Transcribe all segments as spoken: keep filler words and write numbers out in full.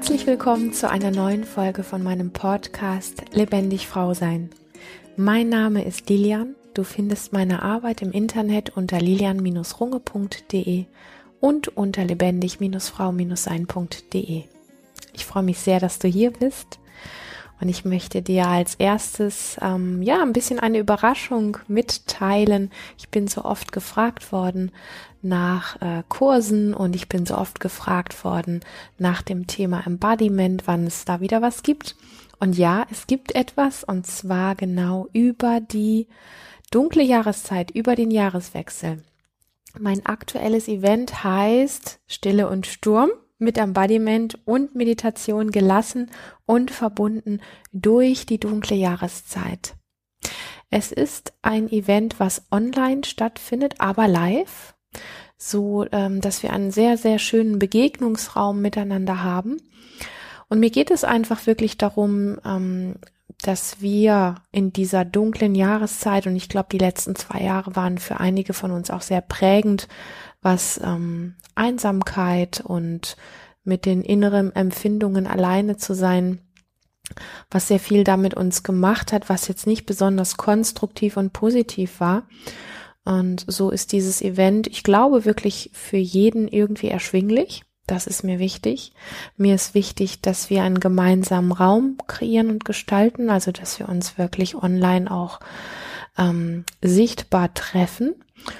Herzlich willkommen zu einer neuen Folge von meinem Podcast Lebendig Frau sein. Mein Name ist Lilian. Du findest meine Arbeit im Internet unter lilian Bindestrich runge punkt de und unter lebendig Frau sein punkt de. Ich freue mich sehr, dass du hier bist. Und ich möchte dir als erstes ähm, ja ein bisschen eine Überraschung mitteilen. Ich bin so oft gefragt worden nach äh, Kursen und ich bin so oft gefragt worden nach dem Thema Embodiment, wann es da wieder was gibt. Und ja, es gibt etwas, und zwar genau über die dunkle Jahreszeit, über den Jahreswechsel. Mein aktuelles Event heißt Stille und Sturm. Mit Embodiment und Meditation gelassen und verbunden durch die dunkle Jahreszeit. Es ist ein Event, was online stattfindet, aber live, so ähm, dass wir einen sehr, sehr schönen Begegnungsraum miteinander haben. Und mir geht es einfach wirklich darum, ähm, dass wir in dieser dunklen Jahreszeit, und ich glaube, die letzten zwei Jahre waren für einige von uns auch sehr prägend, was ähm, Einsamkeit und mit den inneren Empfindungen alleine zu sein, was sehr viel damit uns gemacht hat, was jetzt nicht besonders konstruktiv und positiv war. Und so ist dieses Event, ich glaube, wirklich für jeden irgendwie erschwinglich. Das ist mir wichtig. Mir ist wichtig, dass wir einen gemeinsamen Raum kreieren und gestalten, also dass wir uns wirklich online auch ähm, sichtbar treffen.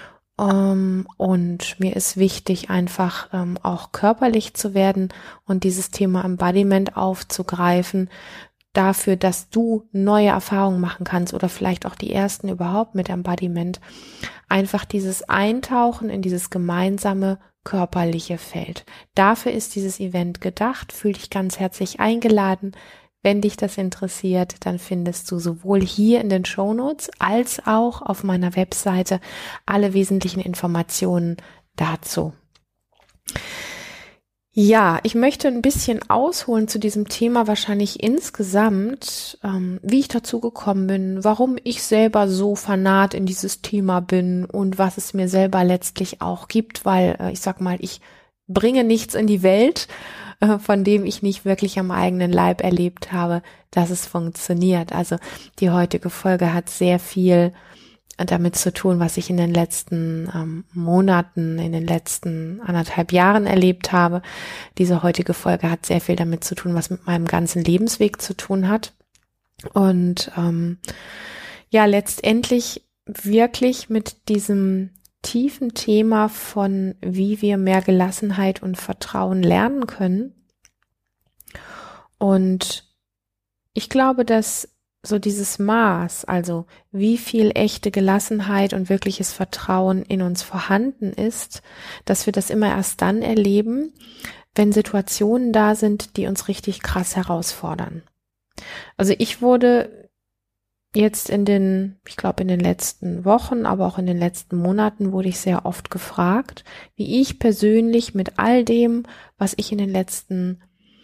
Um, und mir ist wichtig, einfach um, auch körperlich zu werden und dieses Thema Embodiment aufzugreifen, dafür, dass du neue Erfahrungen machen kannst oder vielleicht auch die ersten überhaupt mit Embodiment. Einfach dieses Eintauchen in dieses gemeinsame körperliche Feld. Dafür ist dieses Event gedacht. Fühl dich ganz herzlich eingeladen. Wenn dich das interessiert, dann findest du sowohl hier in den Shownotes als auch auf meiner Webseite alle wesentlichen Informationen dazu. Ja, ich möchte ein bisschen ausholen zu diesem Thema, wahrscheinlich insgesamt, ähm, wie ich dazu gekommen bin, warum ich selber so fanat in dieses Thema bin und was es mir selber letztlich auch gibt, weil äh, ich sag mal, ich bringe nichts in die Welt, von dem ich nicht wirklich am eigenen Leib erlebt habe, dass es funktioniert. Also die heutige Folge hat sehr viel damit zu tun, was ich in den letzten ähm, Monaten, in den letzten anderthalb Jahren erlebt habe. Diese heutige Folge hat sehr viel damit zu tun, was mit meinem ganzen Lebensweg zu tun hat. Und ähm, ja, letztendlich wirklich mit diesem tiefen Thema von, wie wir mehr Gelassenheit und Vertrauen lernen können. Und ich glaube, dass so dieses Maß, also wie viel echte Gelassenheit und wirkliches Vertrauen in uns vorhanden ist, dass wir das immer erst dann erleben, wenn Situationen da sind, die uns richtig krass herausfordern. Also ich wurde jetzt in den, ich glaube in den letzten Wochen, aber auch in den letzten Monaten wurde ich sehr oft gefragt, wie ich persönlich mit all dem, was ich in den letzten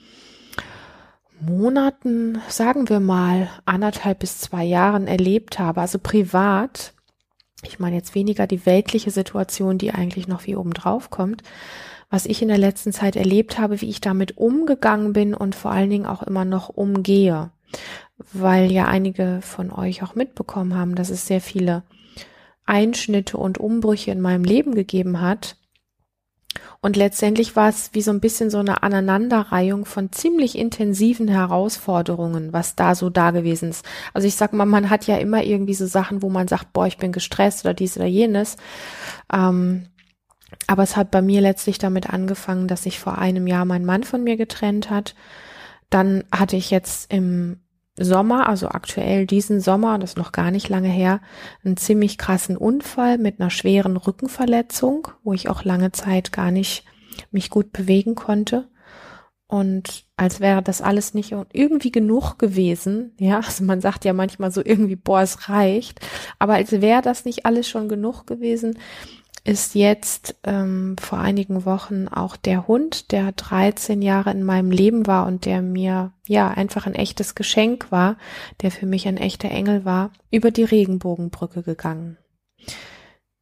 Monaten, sagen wir mal, anderthalb bis zwei Jahren erlebt habe, also privat, ich meine jetzt weniger die weltliche Situation, die eigentlich noch wie oben drauf kommt, was ich in der letzten Zeit erlebt habe, wie ich damit umgegangen bin und vor allen Dingen auch immer noch umgehe. Weil ja einige von euch auch mitbekommen haben, dass es sehr viele Einschnitte und Umbrüche in meinem Leben gegeben hat. Und letztendlich war es wie so ein bisschen so eine Aneinanderreihung von ziemlich intensiven Herausforderungen, was da so da gewesen ist. Also ich sag mal, man hat ja immer irgendwie so Sachen, wo man sagt, boah, ich bin gestresst oder dies oder jenes. Ähm, aber es hat bei mir letztlich damit angefangen, dass sich vor einem Jahr mein Mann von mir getrennt hat. Dann hatte ich jetzt im Sommer, also aktuell diesen Sommer, das ist noch gar nicht lange her, einen ziemlich krassen Unfall mit einer schweren Rückenverletzung, wo ich auch lange Zeit gar nicht mich gut bewegen konnte. Und als wäre das alles nicht irgendwie genug gewesen, ja, also man sagt ja manchmal so irgendwie, boah, es reicht, aber als wäre das nicht alles schon genug gewesen, ist jetzt ähm, vor einigen Wochen auch der Hund, der dreizehn Jahre in meinem Leben war und der mir ja einfach ein echtes Geschenk war, der für mich ein echter Engel war, über die Regenbogenbrücke gegangen.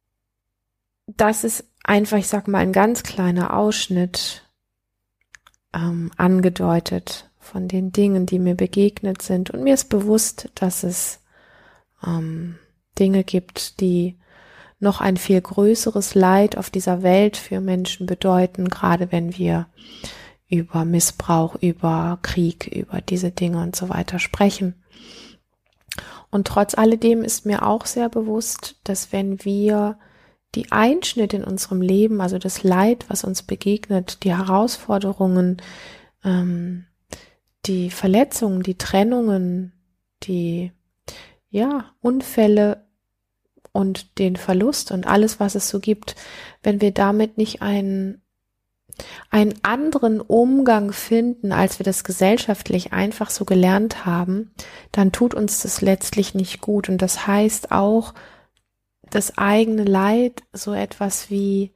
Das ist einfach, ich sag mal, ein ganz kleiner Ausschnitt ähm, angedeutet von den Dingen, die mir begegnet sind. Und mir ist bewusst, dass es ähm, Dinge gibt, die noch ein viel größeres Leid auf dieser Welt für Menschen bedeuten, gerade wenn wir über Missbrauch, über Krieg, über diese Dinge und so weiter sprechen. Und trotz alledem ist mir auch sehr bewusst, dass wenn wir die Einschnitte in unserem Leben, also das Leid, was uns begegnet, die Herausforderungen, ähm, die Verletzungen, die Trennungen, die ja Unfälle und den Verlust und alles, was es so gibt, wenn wir damit nicht einen einen anderen Umgang finden, als wir das gesellschaftlich einfach so gelernt haben, dann tut uns das letztlich nicht gut. Und das heißt auch, das eigene Leid so etwas wie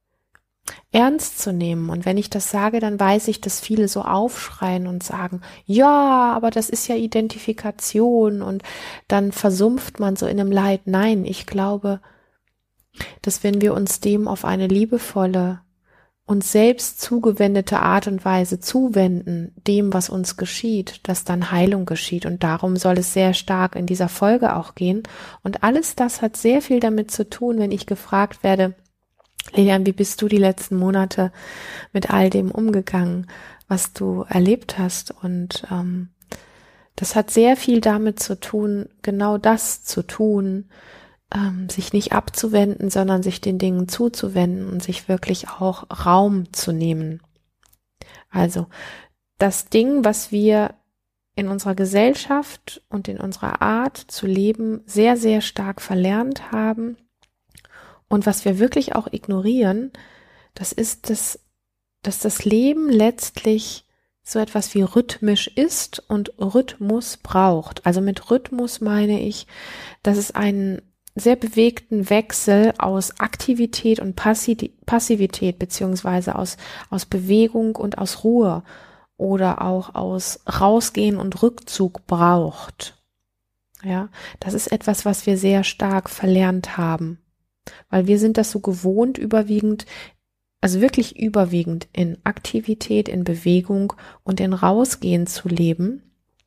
ernst zu nehmen. Und wenn ich das sage, dann weiß ich, dass viele so aufschreien und sagen, ja, aber das ist ja Identifikation, und dann versumpft man so in einem Leid. Nein, ich glaube, dass wenn wir uns dem auf eine liebevolle, uns selbst zugewendete Art und Weise zuwenden, dem, was uns geschieht, dass dann Heilung geschieht. Und darum soll es sehr stark in dieser Folge auch gehen. Und alles das hat sehr viel damit zu tun, wenn ich gefragt werde, Lilian, wie bist du die letzten Monate mit all dem umgegangen, was du erlebt hast? Und ähm, das hat sehr viel damit zu tun, genau das zu tun, ähm, sich nicht abzuwenden, sondern sich den Dingen zuzuwenden und sich wirklich auch Raum zu nehmen. Also das Ding, was wir in unserer Gesellschaft und in unserer Art zu leben sehr, sehr stark verlernt haben und was wir wirklich auch ignorieren, das ist, das, dass das Leben letztlich so etwas wie rhythmisch ist und Rhythmus braucht. Also mit Rhythmus meine ich, dass es einen sehr bewegten Wechsel aus Aktivität und Passivität beziehungsweise aus, aus Bewegung und aus Ruhe oder auch aus Rausgehen und Rückzug braucht. Ja, das ist etwas, was wir sehr stark verlernt haben, weil wir sind das so gewohnt, überwiegend, also wirklich überwiegend in Aktivität, in Bewegung und in Rausgehen zu leben.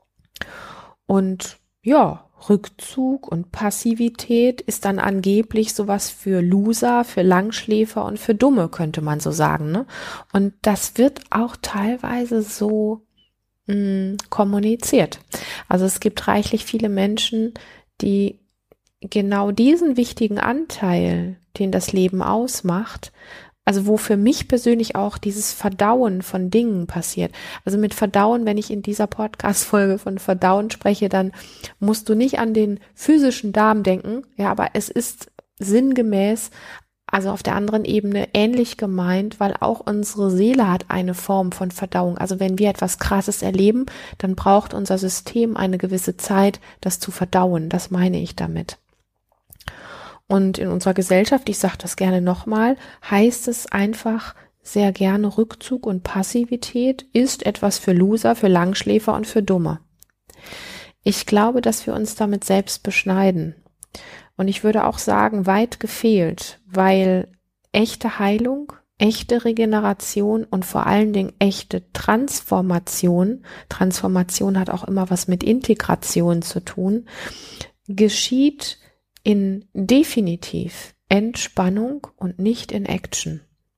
Und ja, Rückzug und Passivität ist dann angeblich sowas für Loser, für Langschläfer und für Dumme, könnte man so sagen, ne? Und das wird auch teilweise so mh, kommuniziert. Also es gibt reichlich viele Menschen, die genau diesen wichtigen Anteil, den das Leben ausmacht, also wo für mich persönlich auch dieses Verdauen von Dingen passiert. Also mit Verdauen, wenn ich in dieser Podcast-Folge von Verdauen spreche, dann musst du nicht an den physischen Darm denken, ja, aber es ist sinngemäß, also auf der anderen Ebene ähnlich gemeint, weil auch unsere Seele hat eine Form von Verdauung. Also wenn wir etwas Krasses erleben, dann braucht unser System eine gewisse Zeit, das zu verdauen. Das meine ich damit. Und in unserer Gesellschaft, ich sage das gerne nochmal, heißt es einfach sehr gerne, Rückzug und Passivität ist etwas für Loser, für Langschläfer und für Dumme. Ich glaube, dass wir uns damit selbst beschneiden. Und ich würde auch sagen, weit gefehlt, weil echte Heilung, echte Regeneration und vor allen Dingen echte Transformation, Transformation hat auch immer was mit Integration zu tun, geschieht in definitiv Entspannung und nicht in Action.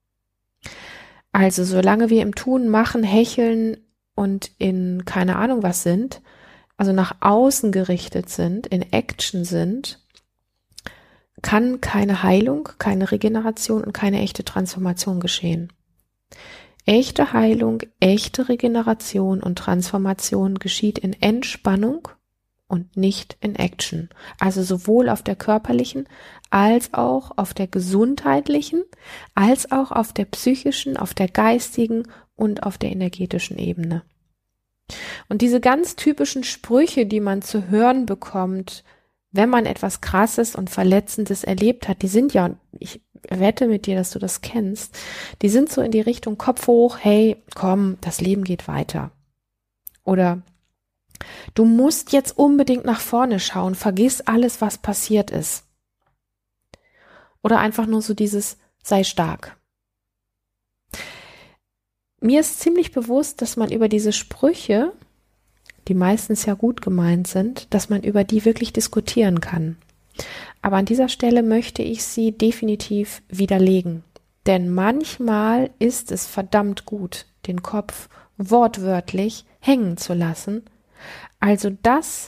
Also solange wir im Tun, Machen, Hecheln und in keine Ahnung was sind, also nach außen gerichtet sind, in Action sind, kann keine Heilung, keine Regeneration und keine echte Transformation geschehen. Echte Heilung, echte Regeneration und Transformation geschieht in Entspannung und nicht in Action. Also sowohl auf der körperlichen, als auch auf der gesundheitlichen, als auch auf der psychischen, auf der geistigen und auf der energetischen Ebene. Und diese ganz typischen Sprüche, die man zu hören bekommt, wenn man etwas Krasses und Verletzendes erlebt hat, die sind ja, ich wette mit dir, dass du das kennst, die sind so in die Richtung Kopf hoch, hey, komm, das Leben geht weiter. Oder du musst jetzt unbedingt nach vorne schauen, vergiss alles, was passiert ist. Oder einfach nur so dieses, sei stark. mir ist ziemlich bewusst, dass man über diese Sprüche, die meistens ja gut gemeint sind, dass man über die wirklich diskutieren kann. Aber an dieser Stelle möchte ich sie definitiv widerlegen. Denn manchmal ist es verdammt gut, den Kopf wortwörtlich hängen zu lassen. Also das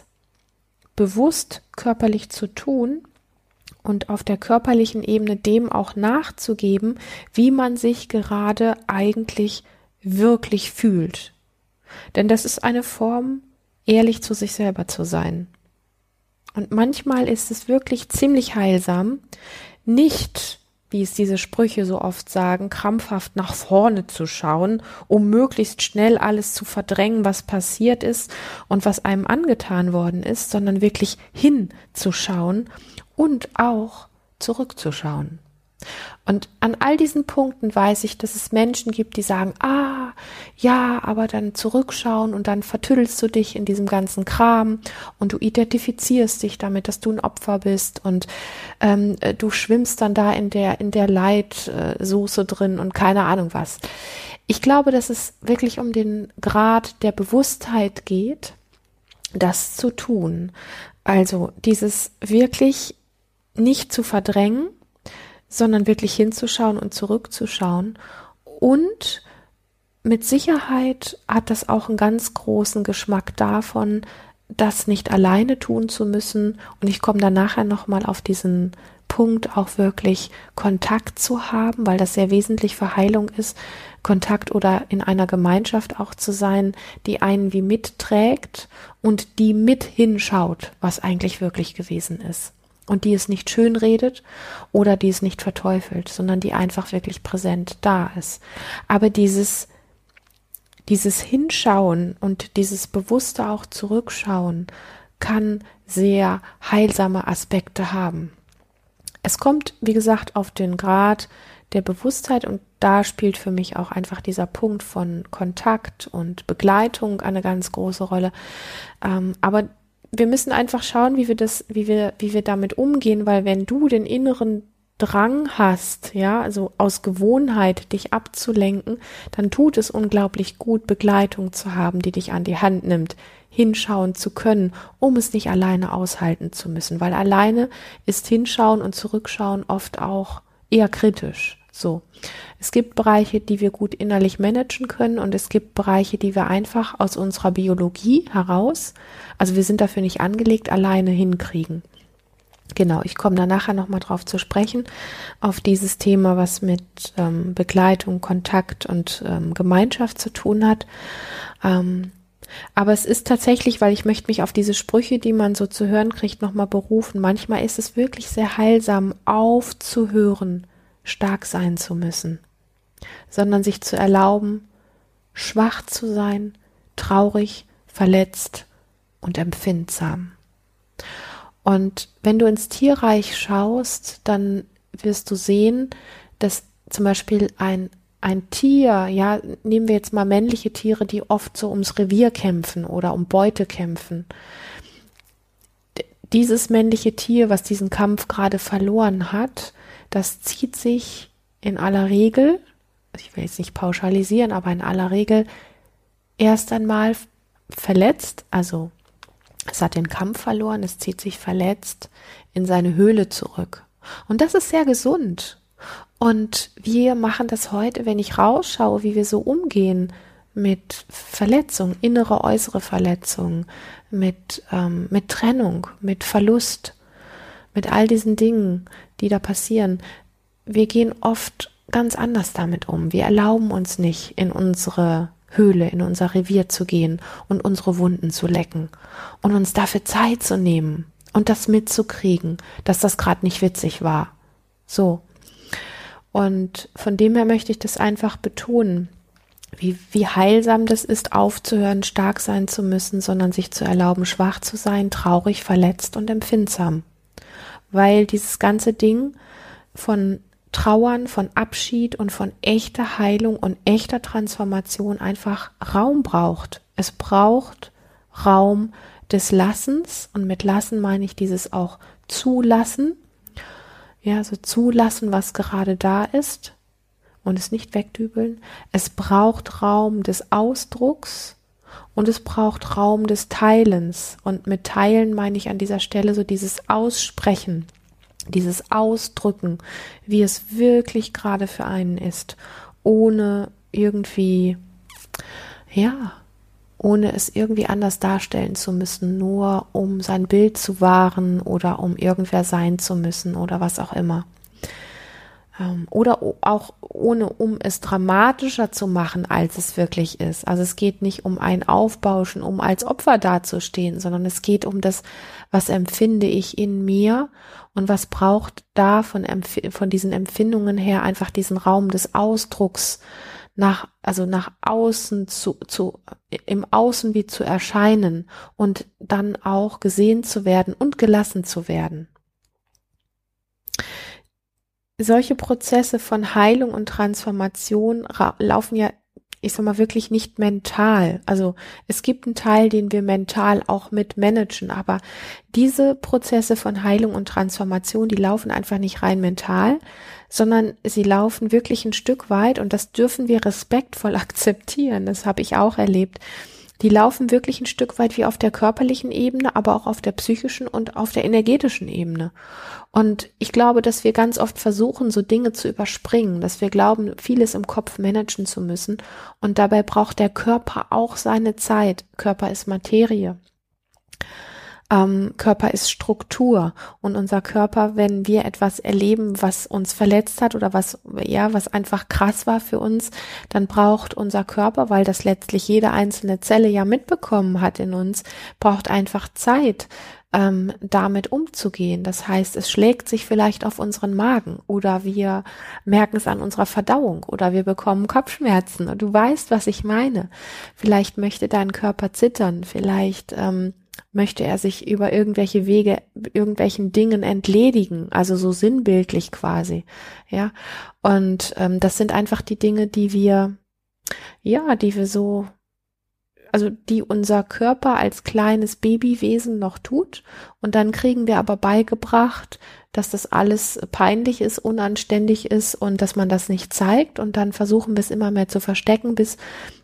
bewusst körperlich zu tun und auf der körperlichen Ebene dem auch nachzugeben, wie man sich gerade eigentlich wirklich fühlt. Denn das ist eine Form, ehrlich zu sich selber zu sein. Und manchmal ist es wirklich ziemlich heilsam, nicht, wie es diese Sprüche so oft sagen, krampfhaft nach vorne zu schauen, um möglichst schnell alles zu verdrängen, was passiert ist und was einem angetan worden ist, sondern wirklich hinzuschauen und auch zurückzuschauen. Und an all diesen Punkten weiß ich, dass es Menschen gibt, die sagen, ah, ja, aber dann zurückschauen und dann vertüddelst du dich in diesem ganzen Kram und du identifizierst dich damit, dass du ein Opfer bist und ähm, du schwimmst dann da in der, in der Leitsoße drin und keine Ahnung was. Ich glaube, dass es wirklich um den Grad der Bewusstheit geht, das zu tun. Also dieses wirklich nicht zu verdrängen, sondern wirklich hinzuschauen und zurückzuschauen. Und mit Sicherheit hat das auch einen ganz großen Geschmack davon, das nicht alleine tun zu müssen. Und ich komme dann nachher nochmal auf diesen Punkt, auch wirklich Kontakt zu haben, weil das sehr wesentlich für Heilung ist, Kontakt oder in einer Gemeinschaft auch zu sein, die einen wie mitträgt und die mit hinschaut, was eigentlich wirklich gewesen ist. Und die es nicht schön redet oder die es nicht verteufelt, sondern die einfach wirklich präsent da ist. Aber dieses, dieses Hinschauen und dieses bewusste auch Zurückschauen kann sehr heilsame Aspekte haben. Es kommt, wie gesagt, auf den Grad der Bewusstheit und da spielt für mich auch einfach dieser Punkt von Kontakt und Begleitung eine ganz große Rolle. Ähm, aber wir müssen einfach schauen, wie wir das, wie wir, wie wir damit umgehen, weil wenn du den inneren Drang hast, ja, also aus Gewohnheit dich abzulenken, dann tut es unglaublich gut, Begleitung zu haben, die dich an die Hand nimmt, hinschauen zu können, um es nicht alleine aushalten zu müssen, weil alleine ist Hinschauen und Zurückschauen oft auch eher kritisch. So. Es gibt Bereiche, die wir gut innerlich managen können und es gibt Bereiche, die wir einfach aus unserer Biologie heraus, also wir sind dafür nicht angelegt, alleine hinkriegen. Genau, ich komme da nachher nochmal drauf zu sprechen, auf dieses Thema, was mit ähm, Begleitung, Kontakt und ähm, Gemeinschaft zu tun hat. Ähm, aber es ist tatsächlich, weil ich möchte mich auf diese Sprüche, die man so zu hören kriegt, nochmal berufen. Manchmal ist es wirklich sehr heilsam, aufzuhören, stark sein zu müssen, sondern sich zu erlauben, schwach zu sein, traurig, verletzt und empfindsam. Und wenn du ins Tierreich schaust, dann wirst du sehen, dass zum Beispiel ein, ein Tier, ja, nehmen wir jetzt mal männliche Tiere, die oft so ums Revier kämpfen oder um Beute kämpfen. Dieses männliche Tier, was diesen Kampf gerade verloren hat, das zieht sich in aller Regel, ich will jetzt nicht pauschalisieren, aber in aller Regel erst einmal verletzt, also es hat den Kampf verloren, es zieht sich verletzt in seine Höhle zurück. Und das ist sehr gesund. Und wir machen das heute, wenn ich rausschaue, wie wir so umgehen mit Verletzung, innere, äußere Verletzung, mit, ähm, mit Trennung, mit Verlust, mit all diesen Dingen, die da passieren. Wir gehen oft ganz anders damit um. Wir erlauben uns nicht, in unsere Höhle, in unser Revier zu gehen und unsere Wunden zu lecken und uns dafür Zeit zu nehmen und das mitzukriegen, dass das gerade nicht witzig war. So. Und von dem her möchte ich das einfach betonen, wie, wie heilsam das ist, aufzuhören, stark sein zu müssen, sondern sich zu erlauben, schwach zu sein, traurig, verletzt und empfindsam. Weil dieses ganze Ding von Trauern, von Abschied und von echter Heilung und echter Transformation einfach Raum braucht. Es braucht Raum des Lassens und mit Lassen meine ich dieses auch Zulassen, ja, so zulassen, was gerade da ist und es nicht wegdübeln. Es braucht Raum des Ausdrucks und es braucht Raum des Teilens. Und mit Teilen meine ich an dieser Stelle so dieses Aussprechen, dieses Ausdrücken, wie es wirklich gerade für einen ist, ohne irgendwie, ja, ohne es irgendwie anders darstellen zu müssen, nur um sein Bild zu wahren oder um irgendwer sein zu müssen oder was auch immer. Ähm, oder auch ohne, um es dramatischer zu machen, als es wirklich ist. Also es geht nicht um ein Aufbauschen, um als Opfer dazustehen, sondern es geht um das, was empfinde ich in mir und was braucht da von, Empf- von diesen Empfindungen her einfach diesen Raum des Ausdrucks, nach, also nach außen zu, zu, im Außen wie zu erscheinen und dann auch gesehen zu werden und gelassen zu werden. Solche Prozesse von Heilung und Transformation ra- laufen ja, ich sag mal, wirklich nicht mental. Also es gibt einen Teil, den wir mental auch mit managen, aber diese Prozesse von Heilung und Transformation, die laufen einfach nicht rein mental, sondern sie laufen wirklich ein Stück weit, und das dürfen wir respektvoll akzeptieren, das habe ich auch erlebt. Die laufen wirklich ein Stück weit wie auf der körperlichen Ebene, aber auch auf der psychischen und auf der energetischen Ebene. Und ich glaube, dass wir ganz oft versuchen, so Dinge zu überspringen, dass wir glauben, vieles im Kopf managen zu müssen. Und dabei braucht der Körper auch seine Zeit. Körper ist Materie. Ähm, Körper ist Struktur, und unser Körper, wenn wir etwas erleben, was uns verletzt hat oder was, ja, was einfach krass war für uns, dann braucht unser Körper, weil das letztlich jede einzelne Zelle ja mitbekommen hat in uns, braucht einfach Zeit, ähm, damit umzugehen. Das heißt, es schlägt sich vielleicht auf unseren Magen oder wir merken es an unserer Verdauung oder wir bekommen Kopfschmerzen, und du weißt, was ich meine. Vielleicht möchte dein Körper zittern, vielleicht ähm, möchte er sich über irgendwelche Wege, irgendwelchen Dingen entledigen, also so sinnbildlich quasi, ja. Und ähm, das sind einfach die Dinge, die wir, ja, die wir so, also die unser Körper als kleines Babywesen noch tut. Und dann kriegen wir aber beigebracht, dass das alles peinlich ist, unanständig ist und dass man das nicht zeigt. Und dann versuchen wir es immer mehr zu verstecken, bis,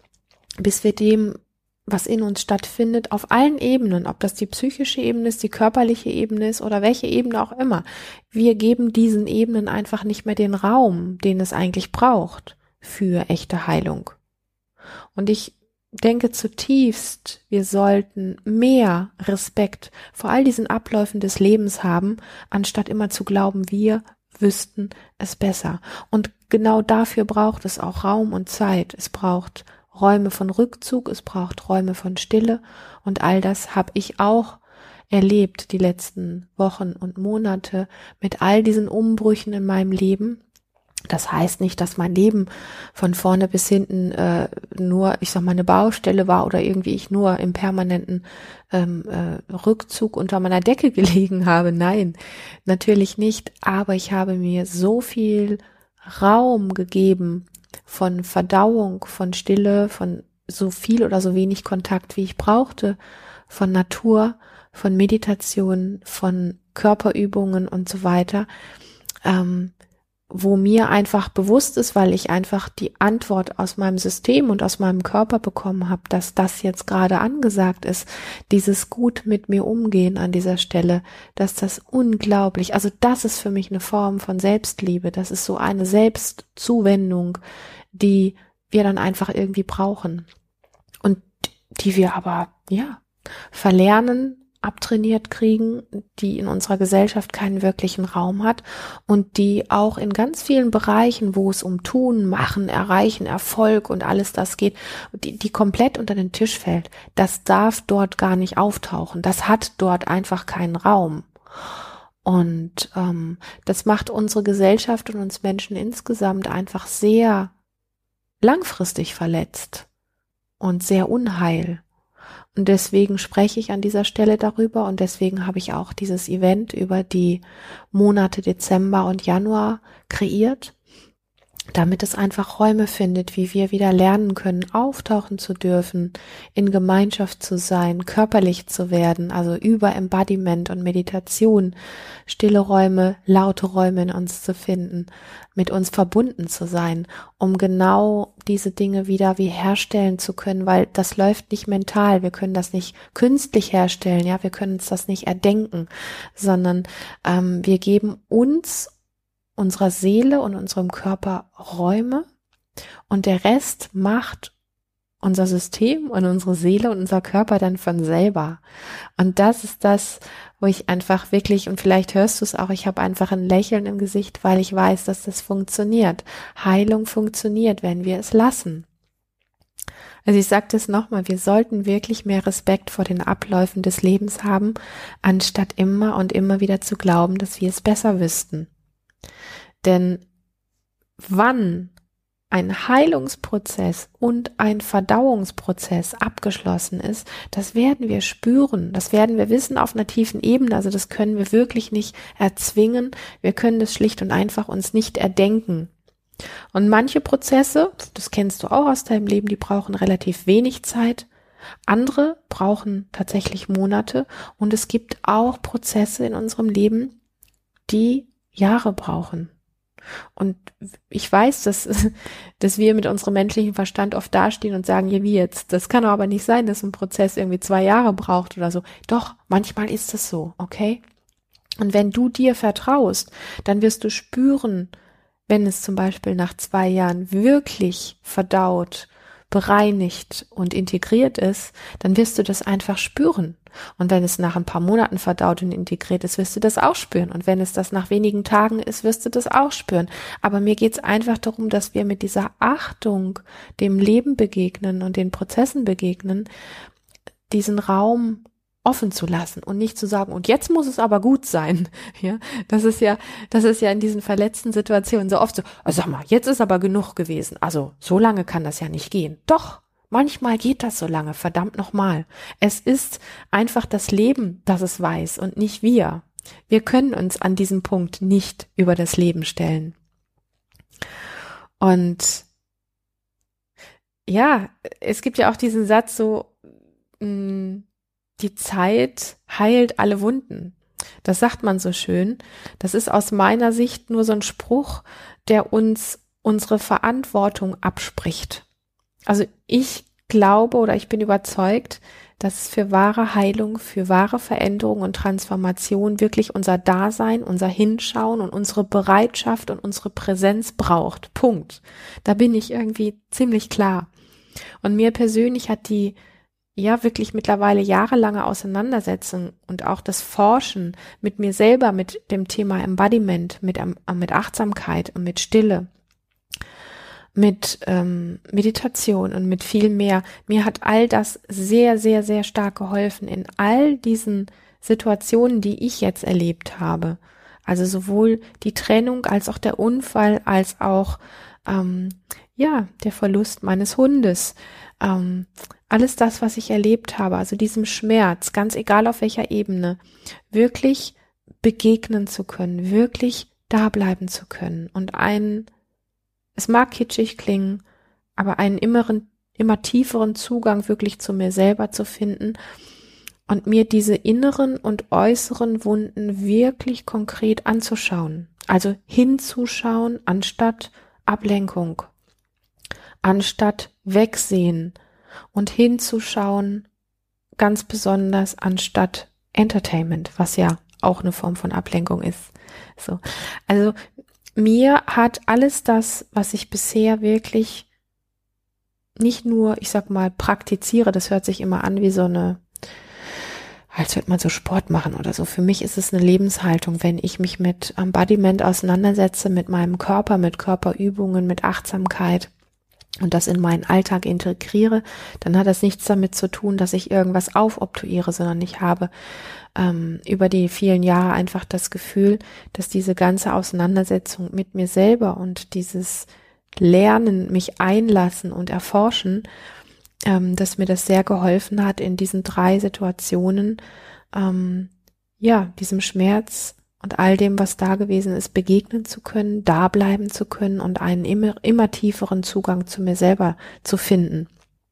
bis wir dem, was in uns stattfindet, auf allen Ebenen, ob das die psychische Ebene ist, die körperliche Ebene ist oder welche Ebene auch immer. Wir geben diesen Ebenen einfach nicht mehr den Raum, den es eigentlich braucht für echte Heilung. Und ich denke zutiefst, wir sollten mehr Respekt vor all diesen Abläufen des Lebens haben, anstatt immer zu glauben, wir wüssten es besser. Und genau dafür braucht es auch Raum und Zeit. Es braucht Räume von Rückzug, es braucht Räume von Stille, und all das habe ich auch erlebt die letzten Wochen und Monate mit all diesen Umbrüchen in meinem Leben. Das heißt nicht, dass mein Leben von vorne bis hinten äh, nur, ich sag mal, eine Baustelle war oder irgendwie ich nur im permanenten ähm, äh, Rückzug unter meiner Decke gelegen habe. Nein, natürlich nicht. Aber ich habe mir so viel Raum gegeben von Verdauung, von Stille, von so viel oder so wenig Kontakt, wie ich brauchte, von Natur, von Meditation, von Körperübungen und so weiter, ähm, wo mir einfach bewusst ist, weil ich einfach die Antwort aus meinem System und aus meinem Körper bekommen habe, dass das jetzt gerade angesagt ist, dieses gut mit mir umgehen an dieser Stelle, dass das unglaublich, also das ist für mich eine Form von Selbstliebe, das ist so eine Selbstzuwendung, die wir dann einfach irgendwie brauchen und die wir aber, ja, verlernen, abtrainiert kriegen, die in unserer Gesellschaft keinen wirklichen Raum hat und die auch in ganz vielen Bereichen, wo es um Tun, Machen, Erreichen, Erfolg und alles das geht, die, die komplett unter den Tisch fällt. Das darf dort gar nicht auftauchen. Das hat dort einfach keinen Raum. Und ähm, das macht unsere Gesellschaft und uns Menschen insgesamt einfach sehr langfristig verletzt und sehr unheil. Und deswegen spreche ich an dieser Stelle darüber und deswegen habe ich auch dieses Event über die Monate Dezember und Januar kreiert, damit es einfach Räume findet, wie wir wieder lernen können, auftauchen zu dürfen, in Gemeinschaft zu sein, körperlich zu werden, also über Embodiment und Meditation, stille Räume, laute Räume in uns zu finden, mit uns verbunden zu sein, um genau diese Dinge wieder wie herstellen zu können, weil das läuft nicht mental, wir können das nicht künstlich herstellen, ja, wir können uns das nicht erdenken, sondern ähm, wir geben uns, unserer Seele und unserem Körper Räume und der Rest macht unser System und unsere Seele und unser Körper dann von selber. Und das ist das, wo ich einfach wirklich, und vielleicht hörst du es auch, ich habe einfach ein Lächeln im Gesicht, weil ich weiß, dass das funktioniert. Heilung funktioniert, wenn wir es lassen. Also ich sage das nochmal, wir sollten wirklich mehr Respekt vor den Abläufen des Lebens haben, anstatt immer und immer wieder zu glauben, dass wir es besser wüssten. Denn wann ein Heilungsprozess und ein Verdauungsprozess abgeschlossen ist, das werden wir spüren, das werden wir wissen auf einer tiefen Ebene, also das können wir wirklich nicht erzwingen, wir können das schlicht und einfach uns nicht erdenken. Und manche Prozesse, das kennst du auch aus deinem Leben, die brauchen relativ wenig Zeit, andere brauchen tatsächlich Monate und es gibt auch Prozesse in unserem Leben, die Jahre brauchen. Und ich weiß, dass, dass wir mit unserem menschlichen Verstand oft dastehen und sagen, ja, wie jetzt? Das kann aber nicht sein, dass ein Prozess irgendwie zwei Jahre braucht oder so. Doch, manchmal ist es so, okay? Und wenn du dir vertraust, dann wirst du spüren, wenn es zum Beispiel nach zwei Jahren wirklich verdaut, bereinigt und integriert ist, dann wirst du das einfach spüren. Und wenn es nach ein paar Monaten verdaut und integriert ist, wirst du das auch spüren. Und wenn es das nach wenigen Tagen ist, wirst du das auch spüren. Aber mir geht es einfach darum, dass wir mit dieser Achtung dem Leben begegnen und den Prozessen begegnen, diesen Raum offen zu lassen und nicht zu sagen, und jetzt muss es aber gut sein. Ja, das ist ja, das ist ja in diesen verletzten Situationen so oft so, oh, sag mal, jetzt ist aber genug gewesen. Also, so lange kann das ja nicht gehen. Doch, manchmal geht das so lange, verdammt nochmal. Es ist einfach das Leben, das es weiß und nicht wir. Wir können uns an diesem Punkt nicht über das Leben stellen. Und ja, es gibt ja auch diesen Satz so, mh, die Zeit heilt alle Wunden. Das sagt man so schön. Das ist aus meiner Sicht nur so ein Spruch, der uns unsere Verantwortung abspricht. Also ich glaube oder ich bin überzeugt, dass es für wahre Heilung, für wahre Veränderung und Transformation wirklich unser Dasein, unser Hinschauen und unsere Bereitschaft und unsere Präsenz braucht. Punkt. Da bin ich irgendwie ziemlich klar. Und mir persönlich hat die ja wirklich mittlerweile jahrelange Auseinandersetzung und auch das Forschen mit mir selber, mit dem Thema Embodiment, mit, mit Achtsamkeit und mit Stille, mit ähm, Meditation und mit viel mehr. Mir hat all das sehr, sehr, sehr stark geholfen in all diesen Situationen, die ich jetzt erlebt habe. Also sowohl die Trennung als auch der Unfall, als auch ähm, ja der Verlust meines Hundes. Ähm, alles das, was ich erlebt habe, also diesem Schmerz, ganz egal auf welcher Ebene, wirklich begegnen zu können, wirklich da bleiben zu können und einen, es mag kitschig klingen, aber einen inneren, immer tieferen Zugang wirklich zu mir selber zu finden und mir diese inneren und äußeren Wunden wirklich konkret anzuschauen, also hinzuschauen anstatt Ablenkung, anstatt Wegsehen und hinzuschauen, ganz besonders anstatt Entertainment, was ja auch eine Form von Ablenkung ist. So, also mir hat alles das, was ich bisher wirklich nicht nur, ich sag mal, praktiziere, das hört sich immer an wie so eine, als würde man so Sport machen oder so. Für mich ist es eine Lebenshaltung, wenn ich mich mit Embodiment auseinandersetze, mit meinem Körper, mit Körperübungen, mit Achtsamkeit und das in meinen Alltag integriere, dann hat das nichts damit zu tun, dass ich irgendwas aufobtruiere, sondern ich habe ähm, über die vielen Jahre einfach das Gefühl, dass diese ganze Auseinandersetzung mit mir selber und dieses Lernen, mich einlassen und erforschen, ähm, dass mir das sehr geholfen hat in diesen drei Situationen, ähm, ja, diesem Schmerz und all dem, was da gewesen ist, begegnen zu können, da bleiben zu können und einen immer, immer tieferen Zugang zu mir selber zu finden.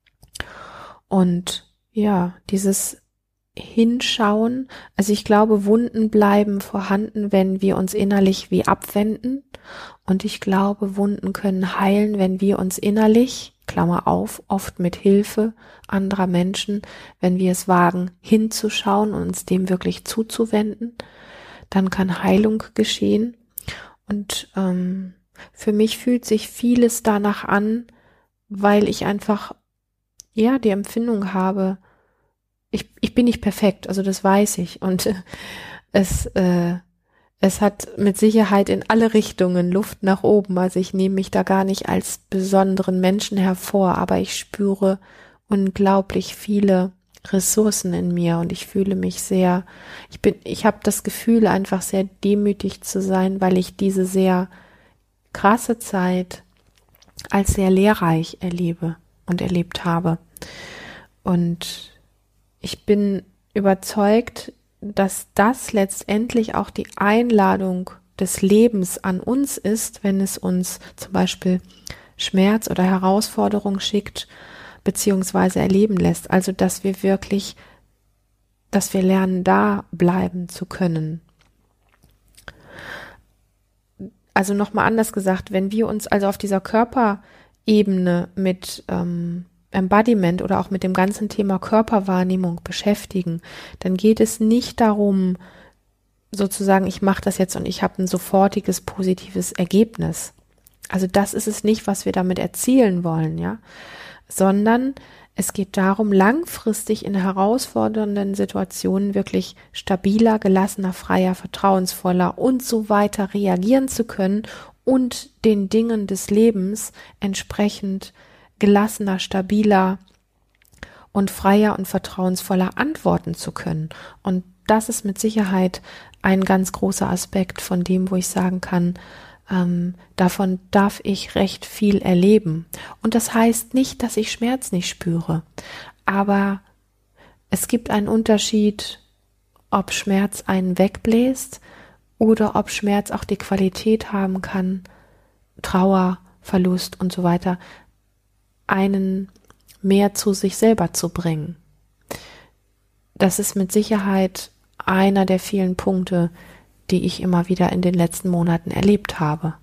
Und ja, dieses Hinschauen, also ich glaube, Wunden bleiben vorhanden, wenn wir uns innerlich wie abwenden, und ich glaube, Wunden können heilen, wenn wir uns innerlich, Klammer auf, oft mit Hilfe anderer Menschen, wenn wir es wagen, hinzuschauen und uns dem wirklich zuzuwenden, dann kann Heilung geschehen. Und ähm, für mich fühlt sich vieles danach an, weil ich einfach ja die Empfindung habe, Ich, ich bin nicht perfekt, also das weiß ich, und äh, es, äh, es hat mit Sicherheit in alle Richtungen Luft nach oben, also ich nehme mich da gar nicht als besonderen Menschen hervor, aber ich spüre unglaublich viele Ressourcen in mir und ich fühle mich sehr, ich bin, ich habe das Gefühl, einfach sehr demütig zu sein, weil ich diese sehr krasse Zeit als sehr lehrreich erlebe und erlebt habe. Und ich bin überzeugt, dass das letztendlich auch die Einladung des Lebens an uns ist, wenn es uns zum Beispiel Schmerz oder Herausforderung schickt, beziehungsweise erleben lässt. Also, dass wir wirklich, dass wir lernen, da bleiben zu können. Also nochmal anders gesagt, wenn wir uns also auf dieser Körperebene mit ähm, Embodiment oder auch mit dem ganzen Thema Körperwahrnehmung beschäftigen, dann geht es nicht darum, sozusagen, ich mache das jetzt und ich habe ein sofortiges positives Ergebnis. Also das ist es nicht, was wir damit erzielen wollen, ja, sondern es geht darum, langfristig in herausfordernden Situationen wirklich stabiler, gelassener, freier, vertrauensvoller und so weiter reagieren zu können und den Dingen des Lebens entsprechend gelassener, stabiler und freier und vertrauensvoller antworten zu können. Und das ist mit Sicherheit ein ganz großer Aspekt von dem, wo ich sagen kann, ähm, davon darf ich recht viel erleben. Und das heißt nicht, dass ich Schmerz nicht spüre, aber es gibt einen Unterschied, ob Schmerz einen wegbläst oder ob Schmerz auch die Qualität haben kann, Trauer, Verlust und so weiter, einen mehr zu sich selber zu bringen. Das ist mit Sicherheit einer der vielen Punkte, die ich immer wieder in den letzten Monaten erlebt habe.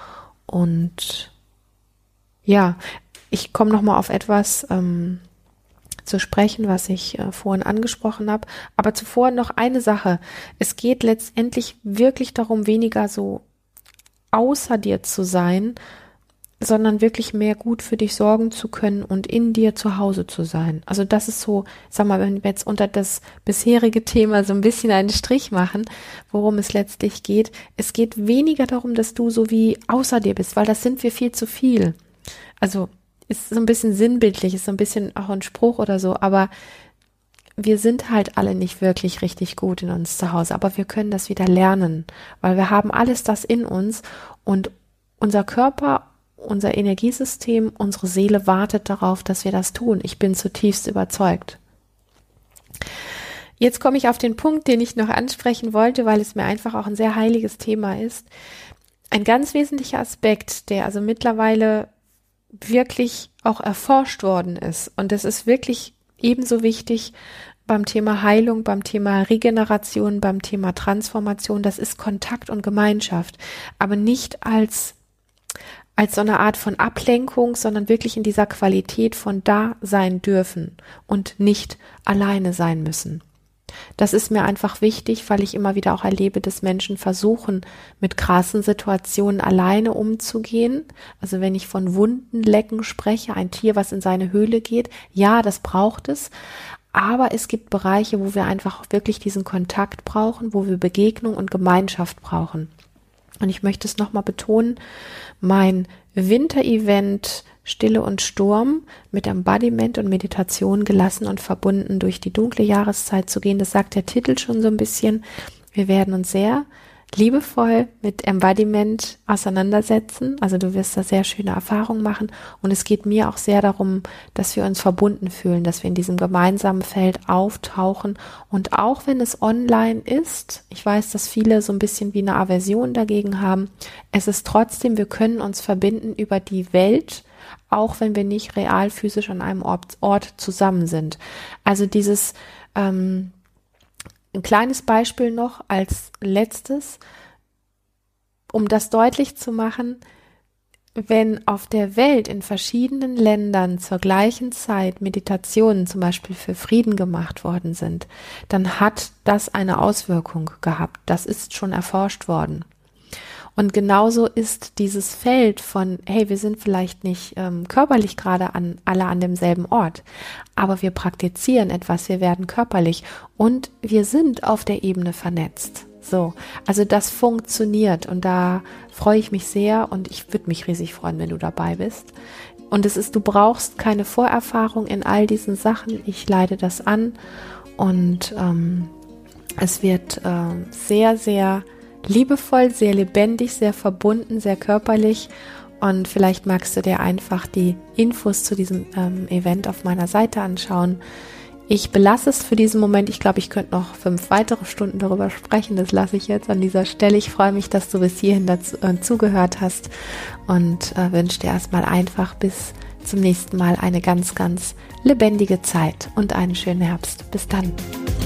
Und ja, ich komme nochmal auf etwas ähm, zu sprechen, was ich äh, vorhin angesprochen habe. Aber zuvor noch eine Sache. Es geht letztendlich wirklich darum, weniger so außer dir zu sein, sondern wirklich mehr gut für dich sorgen zu können und in dir zu Hause zu sein. Also das ist so, sag mal, wenn wir jetzt unter das bisherige Thema so ein bisschen einen Strich machen, worum es letztlich geht. Es geht weniger darum, dass du so wie außer dir bist, weil das sind wir viel zu viel. Also ist so ein bisschen sinnbildlich, ist so ein bisschen auch ein Spruch oder so, aber wir sind halt alle nicht wirklich richtig gut in uns zu Hause, aber wir können das wieder lernen, weil wir haben alles das in uns und unser Körper, unser Energiesystem, unsere Seele wartet darauf, dass wir das tun. Ich bin zutiefst überzeugt. Jetzt komme ich auf den Punkt, den ich noch ansprechen wollte, weil es mir einfach auch ein sehr heiliges Thema ist. Ein ganz wesentlicher Aspekt, der also mittlerweile wirklich auch erforscht worden ist. Und das ist wirklich ebenso wichtig beim Thema Heilung, beim Thema Regeneration, beim Thema Transformation. Das ist Kontakt und Gemeinschaft, aber nicht als als so eine Art von Ablenkung, sondern wirklich in dieser Qualität von da sein dürfen und nicht alleine sein müssen. Das ist mir einfach wichtig, weil ich immer wieder auch erlebe, dass Menschen versuchen, mit krassen Situationen alleine umzugehen. Also wenn ich von Wundenlecken spreche, ein Tier, was in seine Höhle geht, ja, das braucht es. Aber es gibt Bereiche, wo wir einfach wirklich diesen Kontakt brauchen, wo wir Begegnung und Gemeinschaft brauchen. Und ich möchte es nochmal betonen, mein Winterevent Stille und Sturm mit Embodiment und Meditation gelassen und verbunden durch die dunkle Jahreszeit zu gehen, das sagt der Titel schon so ein bisschen. Wir werden uns sehr liebevoll mit Embodiment auseinandersetzen. Also du wirst da sehr schöne Erfahrungen machen und es geht mir auch sehr darum, dass wir uns verbunden fühlen, dass wir in diesem gemeinsamen Feld auftauchen und auch wenn es online ist, ich weiß, dass viele so ein bisschen wie eine Aversion dagegen haben, es ist trotzdem, wir können uns verbinden über die Welt, auch wenn wir nicht real physisch an einem Ort, Ort zusammen sind. Also dieses ähm, ein kleines Beispiel noch als letztes, um das deutlich zu machen, wenn auf der Welt in verschiedenen Ländern zur gleichen Zeit Meditationen zum Beispiel für Frieden gemacht worden sind, dann hat das eine Auswirkung gehabt. Das ist schon erforscht worden. Und genauso ist dieses Feld von, hey, wir sind vielleicht nicht ähm, körperlich gerade an, alle an demselben Ort, aber wir praktizieren etwas, wir werden körperlich und wir sind auf der Ebene vernetzt. So, also das funktioniert und da freue ich mich sehr und ich würde mich riesig freuen, wenn du dabei bist. Und es ist, du brauchst keine Vorerfahrung in all diesen Sachen. Ich leite das an und ähm, es wird äh, sehr, sehr liebevoll, sehr lebendig, sehr verbunden, sehr körperlich und vielleicht magst du dir einfach die Infos zu diesem ähm, Event auf meiner Seite anschauen. Ich belasse es für diesen Moment. Ich glaube, ich könnte noch fünf weitere Stunden darüber sprechen. Das lasse ich jetzt an dieser Stelle. Ich freue mich, dass du bis hierhin dazu, äh, zugehört hast und äh, wünsche dir erstmal einfach bis zum nächsten Mal eine ganz, ganz lebendige Zeit und einen schönen Herbst. Bis dann.